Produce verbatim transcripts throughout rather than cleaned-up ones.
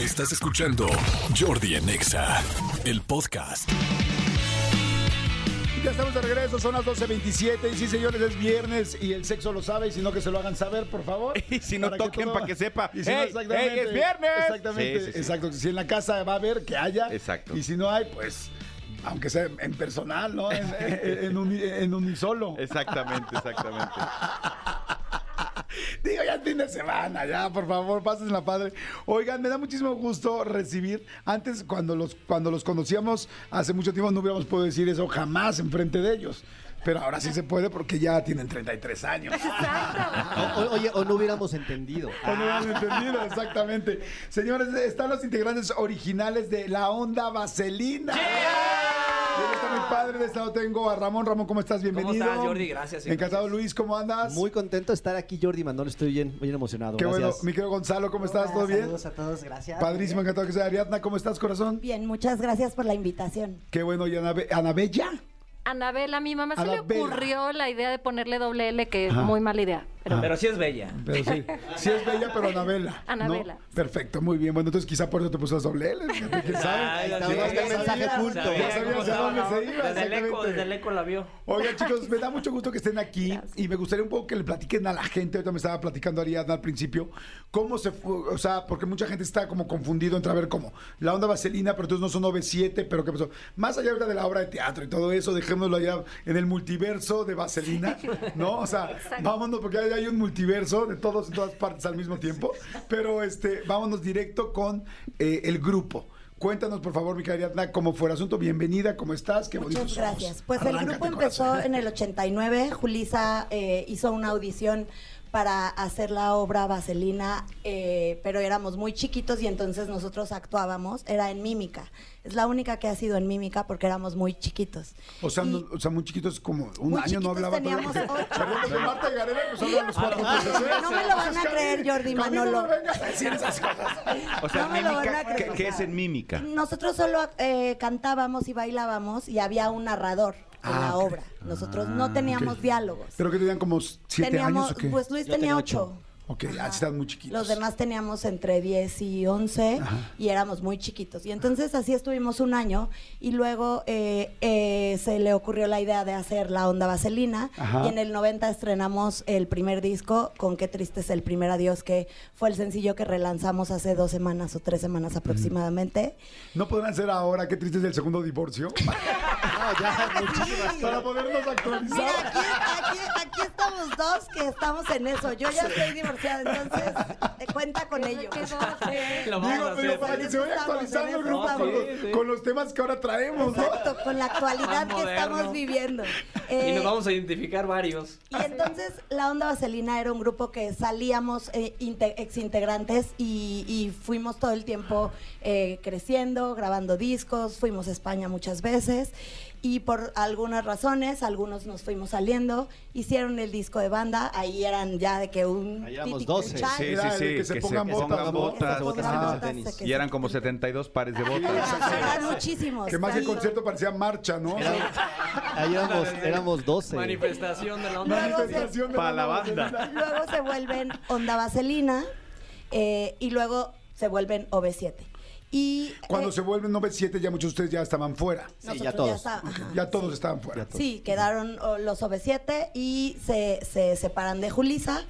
Estás escuchando Jordi en Exa, el podcast. Ya estamos de regreso, son las doce veintisiete y sí, señores, es viernes y el sexo lo sabe y si no, que se lo hagan saber, por favor. Y si no, para toquen todo... para que sepa. Y si ¡Ey, no, exactamente, ey, es viernes! Exactamente, Sí, sí, sí. exacto. Si en la casa va a haber, que haya. Exacto. Y si no hay, pues, aunque sea en personal, ¿no? En, en, en, uni, en unisolo. Exactamente, exactamente. Digo, ya el fin de semana, ya, por favor, pásenla padre. Oigan, me da muchísimo gusto recibir. Antes, cuando los, cuando los conocíamos hace mucho tiempo, no hubiéramos podido decir eso jamás enfrente de ellos. Pero ahora sí se puede porque ya tienen treinta y tres años. O, o- oye, o no hubiéramos entendido. O no han entendido, exactamente. Señores, están los integrantes originales de La Onda Vaselina. Y está muy padre. De este lado tengo a Ramón. Ramón, ¿cómo estás? Bienvenido. ¿Cómo estás, Jordi? Gracias. sí, Encantado, gracias. Luis, ¿cómo andas? Muy contento de estar aquí, Jordi Manolo. Estoy bien, bien emocionado. Qué bueno. Gracias. Mi querido Gonzalo, ¿cómo estás? Hola, ¿Todo bien? Saludos a todos, gracias. Padrísimo, encantado que sea. Ariadna, ¿cómo estás, corazón? Bien, muchas gracias por la invitación. Qué bueno. ¿Y Anabe- Anabella? Anabela, a mi mamá se le Anabela. ocurrió la idea de ponerle doble L, que es Ajá. muy mala idea. Pero Pero sí es bella. Pero sí, sí es bella, pero Anabela. ¿no? Anabela. Perfecto, muy bien. Bueno, entonces quizá por eso te puso doble L. Fíjate, ¿quién sabe? Ay, está, sí, ahí está el sí, mensaje sí, oculto. sabía Ya sabía cómo hacia estaba, dónde ¿no? se iba, Desde el eco, exactamente. desde el eco la vio. Oigan, chicos, me da mucho gusto que estén aquí. Gracias. Y me gustaría un poco que le platiquen a la gente. Ahorita me estaba platicando Ariadna al principio. ¿Cómo se fue? O sea, porque mucha gente está como confundido entre a ver cómo. La Onda Vaselina, pero entonces no son O V siete, pero ¿qué pasó? Más allá ahorita de la obra de teatro y todo eso, dejémoslo allá en el multiverso de Vaselina, ¿no? O sea, Exacto. vámonos, porque hay, hay un multiverso de todos en todas partes al mismo tiempo. Pero este, vámonos directo con eh, el grupo. Cuéntanos, por favor, mi querida Ariadna, cómo fue el asunto. Bienvenida, ¿cómo estás? Qué bonito Muchas somos. gracias. Pues el Arráncate, grupo empezó corazón. en el ochenta y nueve. Julisa eh, hizo una audición para hacer la obra Vaselina, eh, pero éramos muy chiquitos y entonces nosotros actuábamos. Era en mímica. Es la única que ha sido en mímica porque éramos muy chiquitos. O sea, Y- no- o sea, muy chiquitos, como un Muy año no chiquitos hablaba. teníamos todavía. ocho. Perdón, porque Marta y Gareda empezaron a los cuatro meses, ¿eh? No me lo van a creer, Jordi Camilo, Manolo. no me vengas a decir esas cosas. O sea, No me lo van mímica, a creer, ¿qué, o qué sea, es en mímica? Nosotros solo eh, cantábamos y bailábamos y había un narrador en Ah, la ok. obra. Nosotros no teníamos ok. diálogos. ¿Pero que tenían como siete Teníamos, años o qué? pues Luis Yo tenía tenía ocho. Ok, Ajá. así están muy chiquitos. Los demás teníamos entre diez y once Ajá. y éramos muy chiquitos. Y entonces así estuvimos un año y luego eh, eh, se le ocurrió la idea de hacer La Onda Vaselina. Ajá. Y en el noventa estrenamos el primer disco con Qué triste es el primer adiós, que fue el sencillo que relanzamos hace dos semanas o tres semanas aproximadamente. ¿No podrán ser ahora qué triste es el segundo divorcio? No, ya, muchísimas Para podernos actualizar. Mira, aquí, aquí, aquí estamos dos que estamos en eso. Yo ya estoy divorciada, entonces eh, cuenta con ello. Lo vamos Digo, a digo, hacer. para que se vaya Estamos, actualizando el en eso grupo con, estamos. los, Sí, sí. con los temas que ahora traemos, ¿no? Exacto, con la actualidad Más que moderno. estamos viviendo. Y Eh, nos vamos a identificar varios. y entonces La Onda Vaselina era un grupo que salíamos eh, inte- exintegrantes y, y fuimos todo el tiempo eh, creciendo, grabando discos, fuimos a España muchas veces y por algunas razones, algunos nos fuimos saliendo, hicieron el disco de banda, ahí eran ya de que un Ahí éramos Titi doce. Kuchan, Sí, Era sí, el sí. de que se pongan botas, ¿no? que se botas. pongan Ah. botas, tenis. de que Y se- eran como setenta y dos pares de botas. eran muchísimos. Que más que Sí. concierto parecía marcha, ¿no? Ahí éramos, éramos doce. Manifestación de la onda. Luego se- Manifestación de Pa' la Vaselina. banda. Luego se vuelven Onda Vaselina eh, y luego se vuelven O V siete. Y Cuando eh, se vuelven O V siete ya muchos de ustedes ya estaban fuera. Sí, nosotros ya todos. está- ajá. Ya todos estaban fuera. Ya todos. Sí, quedaron oh, los O V siete y se, se separan de Julisa.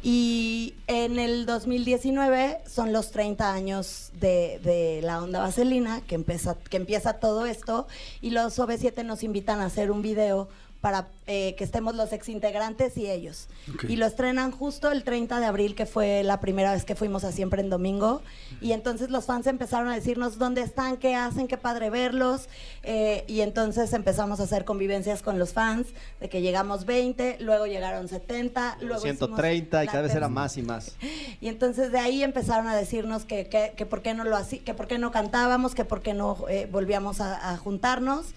Y en el dos mil diecinueve son los treinta años de, de La Onda Vaselina, que empieza, que empieza todo esto. Y los O V siete nos invitan a hacer un video para eh, que estemos los exintegrantes y ellos. Ok. Y lo estrenan justo el treinta de abril, que fue la primera vez que fuimos a Siempre en Domingo. Y entonces los fans empezaron a decirnos dónde están, qué hacen, qué padre verlos. Eh, y entonces empezamos a hacer convivencias con los fans, de que llegamos veinte, luego llegaron setenta, luego ciento hicimos treinta y la cada vez era tercera. más y más. Y entonces de ahí empezaron a decirnos que, que, que por qué no lo hací, que por qué no cantábamos, que por qué no eh, volvíamos a, a juntarnos.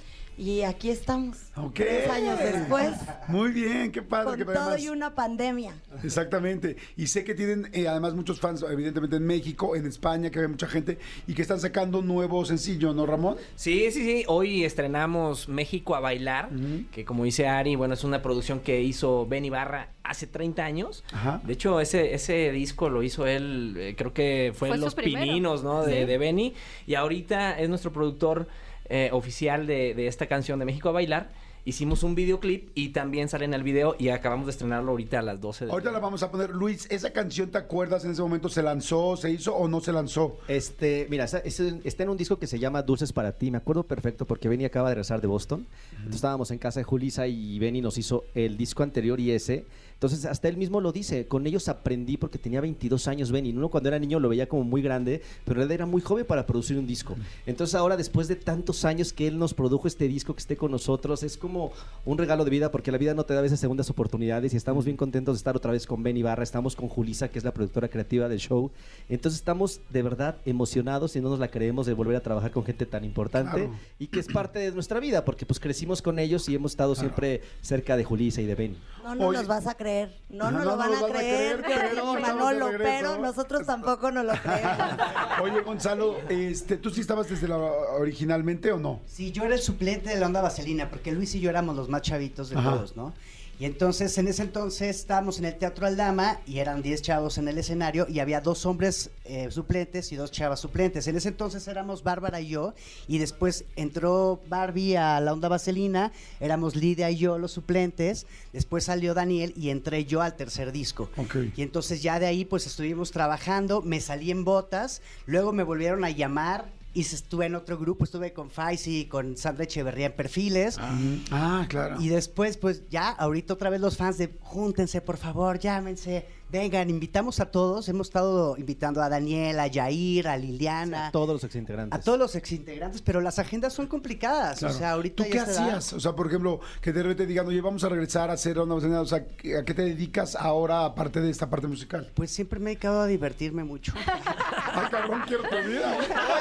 Y aquí estamos, Ok. tres años después, Muy bien, qué padre. con que todo además- y una pandemia. Exactamente. Y sé que tienen eh, además muchos fans, evidentemente en México, en España, que hay mucha gente, y que están sacando un nuevo sencillo, ¿no, Ramón? Sí, sí, sí. Hoy estrenamos México a bailar, Ujú. que como dice Ari, bueno, es una producción que hizo Ben Ibarra hace treinta años. Ajá. De hecho, ese, ese disco lo hizo él, eh, creo que fue, Fue en su Los primero. Pininos, ¿no? De, Sí. de Benny. Y ahorita es nuestro productor eh, oficial de, de esta canción de México a bailar. Hicimos un videoclip y también sale en el video y acabamos de estrenarlo ahorita a las doce de Ahorita la vamos a poner. Luis, ¿esa canción te acuerdas en ese momento? ¿Se lanzó, se hizo o no se lanzó? Este, mira, está, es- está en un disco que se llama Dulces para ti. Me acuerdo perfecto porque Benny acaba de regresar de Boston. Entonces estábamos en casa de Julissa y Benny nos hizo el disco anterior y ese. Entonces hasta él mismo lo dice. Con ellos aprendí porque tenía veintidós años Benny. Uno cuando era niño lo veía como muy grande, pero él era muy joven para producir un disco. Entonces ahora después de tantos años que él nos produjo este disco, que esté con nosotros, es como un regalo de vida porque la vida no te da a veces segundas oportunidades y estamos bien contentos de estar otra vez con Benny Barra. Estamos con Julissa, que es la productora creativa del show. Entonces estamos de verdad emocionados y no nos la creemos de volver a trabajar con gente tan importante Claro. y que es parte de nuestra vida porque pues crecimos con ellos y hemos estado siempre cerca de Julissa y de Benny. No nos Oye. los vas a creer. No No, nos no lo van nos a van a creer, creer, pero Jordi y estamos de Manolo, regreso. pero nosotros tampoco nos lo creemos. Oye, Gonzalo, este, ¿tú sí estabas desde la originalmente o no? Sí, yo era el suplente de la onda vaselina, porque Luis y yo éramos los más chavitos de Ajá. todos, ¿no? Y entonces, en ese entonces, estábamos en el Teatro Aldama y eran diez chavos en el escenario y había dos hombres eh, suplentes y dos chavas suplentes. En ese entonces éramos Bárbara y yo, y después entró Barbie a la onda vaselina, éramos Lidia y yo los suplentes, después salió Daniel y entré yo al tercer disco. Ok. Y entonces ya de ahí pues estuvimos trabajando, me salí en botas, luego me volvieron a llamar y se- estuve en otro grupo, estuve con Faisy, con Sandra Echeverría en Perfiles. Ah, claro. Y después, pues ya, ahorita otra vez los fans de júntense, por favor, llámense, vengan, invitamos a todos. Hemos estado invitando a Daniel, a Yair, a Liliana, A todos los exintegrantes. a todos los exintegrantes, pero las agendas son complicadas. Claro. O sea, ahorita ¿Tú ya qué a esta edad- hacías? O sea, por ejemplo, que de repente digan, oye, vamos a regresar a hacer una vaselina. O sea, ¿a qué te dedicas ahora aparte de esta parte musical? Pues siempre me he dedicado a divertirme mucho. Ay, cabrón, quiero tu vida.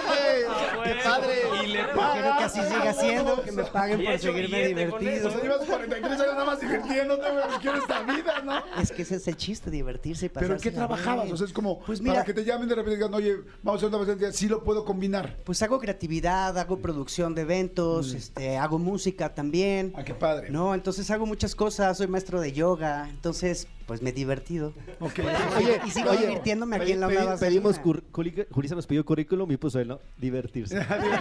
¡Qué padre! Y le Quiero que así siga siendo, que me paguen Y por hecho seguirme billete con divertido. O sea, llevas cuarenta y tres años nada más divirtiéndote, güey. Quiero esta vida, ¿no? Es que ese es el chiste, divertirse y pasar. ¿Pero en qué trabajabas? O sea, es como Pues para mira- que te llamen de repente y digan, oye, vamos a hacer una vaselina. Sí lo puedo combinar. Pues hago creatividad, hago producción de eventos, este, hago música también. Ah, qué padre. No, entonces hago muchas cosas, soy maestro de yoga, entonces pues me he divertido. Ok. Oye, Y sigo divirtiéndome aquí en la pedi- onda Pedimos, vaselina. cur- culi- Julissa nos pidió currículum y puso él, ¿no? Divertirse.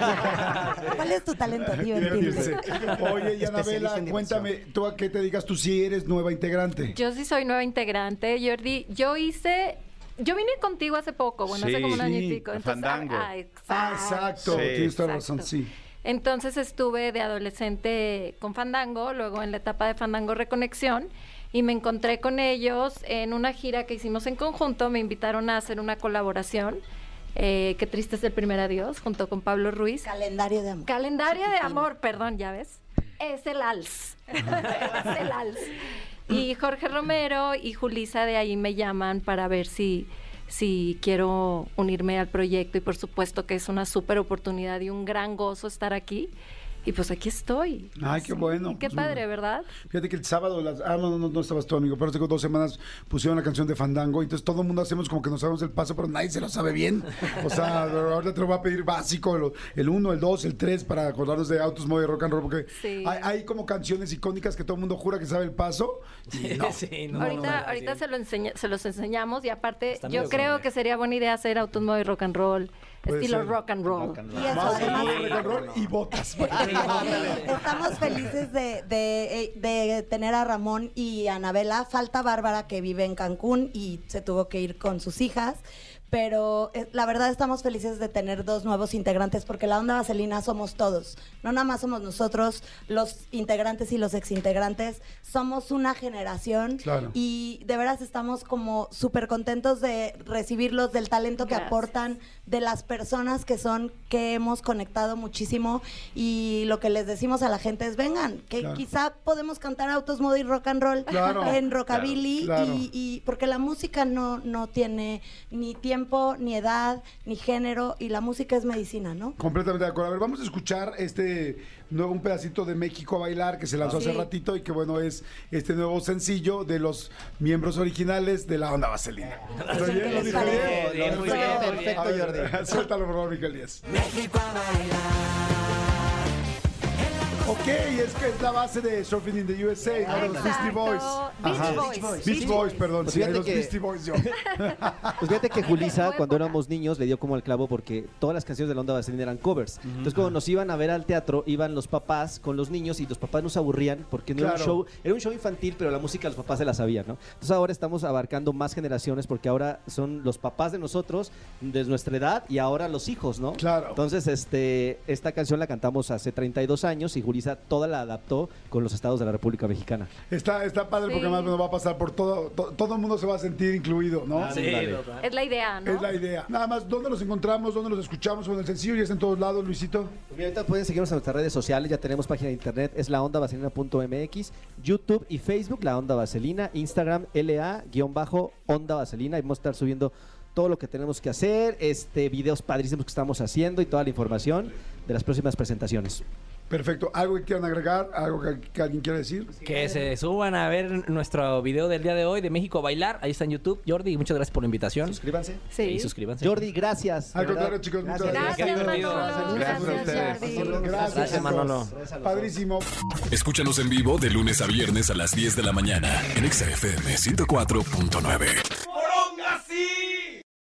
¿Cuál es tu talento? Divertirse. Divertirse. Oye, y Anabela, Especialista en cuéntame, ¿tú a qué te digas? Tú sí eres nueva integrante. Yo sí soy nueva integrante, Jordi. Yo hice... Yo vine contigo hace poco, bueno, hace Sí, como un año y sí, pico. a Entonces, Fandango. ah, exacto. Ah, exacto. Sí. Tienes toda la Exacto. razón, sí. Entonces estuve de adolescente con Fandango, luego en la etapa de Fandango Reconexión, y me encontré con ellos en una gira que hicimos en conjunto. Me invitaron a hacer una colaboración, eh, Qué triste es el primer adiós, junto con Pablo Ruiz. Calendario de amor. Calendario de amor, perdón, ya ves. Es el als. Es el als. Y Jorge Romero y Julissa de ahí me llaman para ver si, si quiero unirme al proyecto, y por supuesto que es una súper oportunidad y un gran gozo estar aquí. Y pues aquí estoy. Ay, qué bueno. Y qué Pues, padre, ¿verdad? Fíjate que el sábado, las, ah, no, no, no estabas tú, amigo, pero hace como dos semanas pusieron la canción de Fandango, y entonces todo el mundo hacemos como que nos sabemos el paso, pero nadie se lo sabe bien. O sea, ahorita te lo voy a pedir básico, lo- el uno, el dos, el tres, para acordarnos de Autos, Modo y Rock and Roll, porque Sí. hay, hay como canciones icónicas que todo el mundo jura que sabe el paso. Y no. Sí, no, ahorita no, no, ahorita sí. se, lo enseña, se los enseñamos, y aparte Está yo medio creo grande. que sería buena idea hacer Autos, Modo y Rock and Roll, Puede estilo ser. rock and roll. Rock and Y roll. eso, Vamos a además, poner rock and roll y botas. estamos felices de, de, de tener a Ramón y a Anabela. Falta Bárbara, que vive en Cancún y se tuvo que ir con sus hijas. Pero eh, la verdad estamos felices de tener dos nuevos integrantes, porque la onda vaselina somos todos. No nada más somos nosotros, los integrantes y los exintegrantes. Somos una generación. Claro. Y de veras estamos como súper contentos de recibirlos, del talento que Gracias. aportan, de las personas que son, que hemos conectado muchísimo. Y lo que les decimos a la gente es, vengan, que Claro. quizá podemos cantar Autos, Modo y Rock and Roll Claro. en Rockabilly. Claro. Y, y porque la música no, no tiene ni tiempo tiempo, ni edad, ni género, y la música es medicina, ¿no? Completamente de acuerdo. A ver, vamos a escuchar este nuevo, un pedacito de México a Bailar que se lanzó Sí. hace ratito y que bueno es este nuevo sencillo de los miembros originales de la Onda Vaselina. ¿Está bien? ¿Lo les dije parece? bien? Bien, bien, muy bien, muy bien. Perfecto, A ver, Jordi. Suéltalo, por favor, Miguel Díaz. Ok, es que es la base de Surfing in the U S A, ¿no? De los Beastie Boys. Beach Ajá. Boys. Beach Boys, perdón. Pues Sí, fíjate los que- Beastie Boys yo. Pues fíjate que Julissa, cuando éramos niños, le dio como al clavo porque todas las canciones de la Onda Vaselina eran covers. Entonces, cuando nos iban a ver al teatro, iban los papás con los niños y los papás nos aburrían porque no era un Claro. show, era un show infantil, pero la música los papás se la sabían, ¿no? Entonces, ahora estamos abarcando más generaciones porque ahora son los papás de nosotros, de nuestra edad, y ahora los hijos, ¿no? Claro. Entonces, este, esta canción la cantamos hace treinta y dos años y Julissa toda la adaptó con los estados de la República Mexicana. Está, está padre porque Sí. además nos va a pasar por todo, to- todo el mundo se va a sentir incluido, ¿no? Sí, Ándale. total. Es la idea, ¿no? Es la idea. Nada más, ¿dónde los encontramos? ¿Dónde los escuchamos? Con el sencillo ya está en todos lados, Luisito. Pues mira, ahorita pueden seguirnos en nuestras redes sociales, ya tenemos página de internet, es la onda vaselina punto m x, YouTube y Facebook, La Onda Vaselina, Instagram, L A-Onda Vaselina, y vamos a estar subiendo todo lo que tenemos que hacer, este videos padrísimos que estamos haciendo y toda la información de las próximas presentaciones. Perfecto. ¿Algo que quieran agregar? ¿Algo que, que alguien quiera decir? Que se suban a ver nuestro video del día de hoy de México a Bailar. Ahí está en YouTube. Jordi, muchas gracias por la invitación. Suscríbanse. Sí. Y suscríbanse. Jordi, gracias. Al de verdad. contrario, chicos, muchas Gracias. gracias. Gracias, Querido, Manolo. gracias a ustedes. Jordi. Gracias, Gracias, chicos. Manolo. Padrísimo. Escúchanos en vivo de lunes a viernes a las diez de la mañana en Exa F M ciento cuatro punto nueve.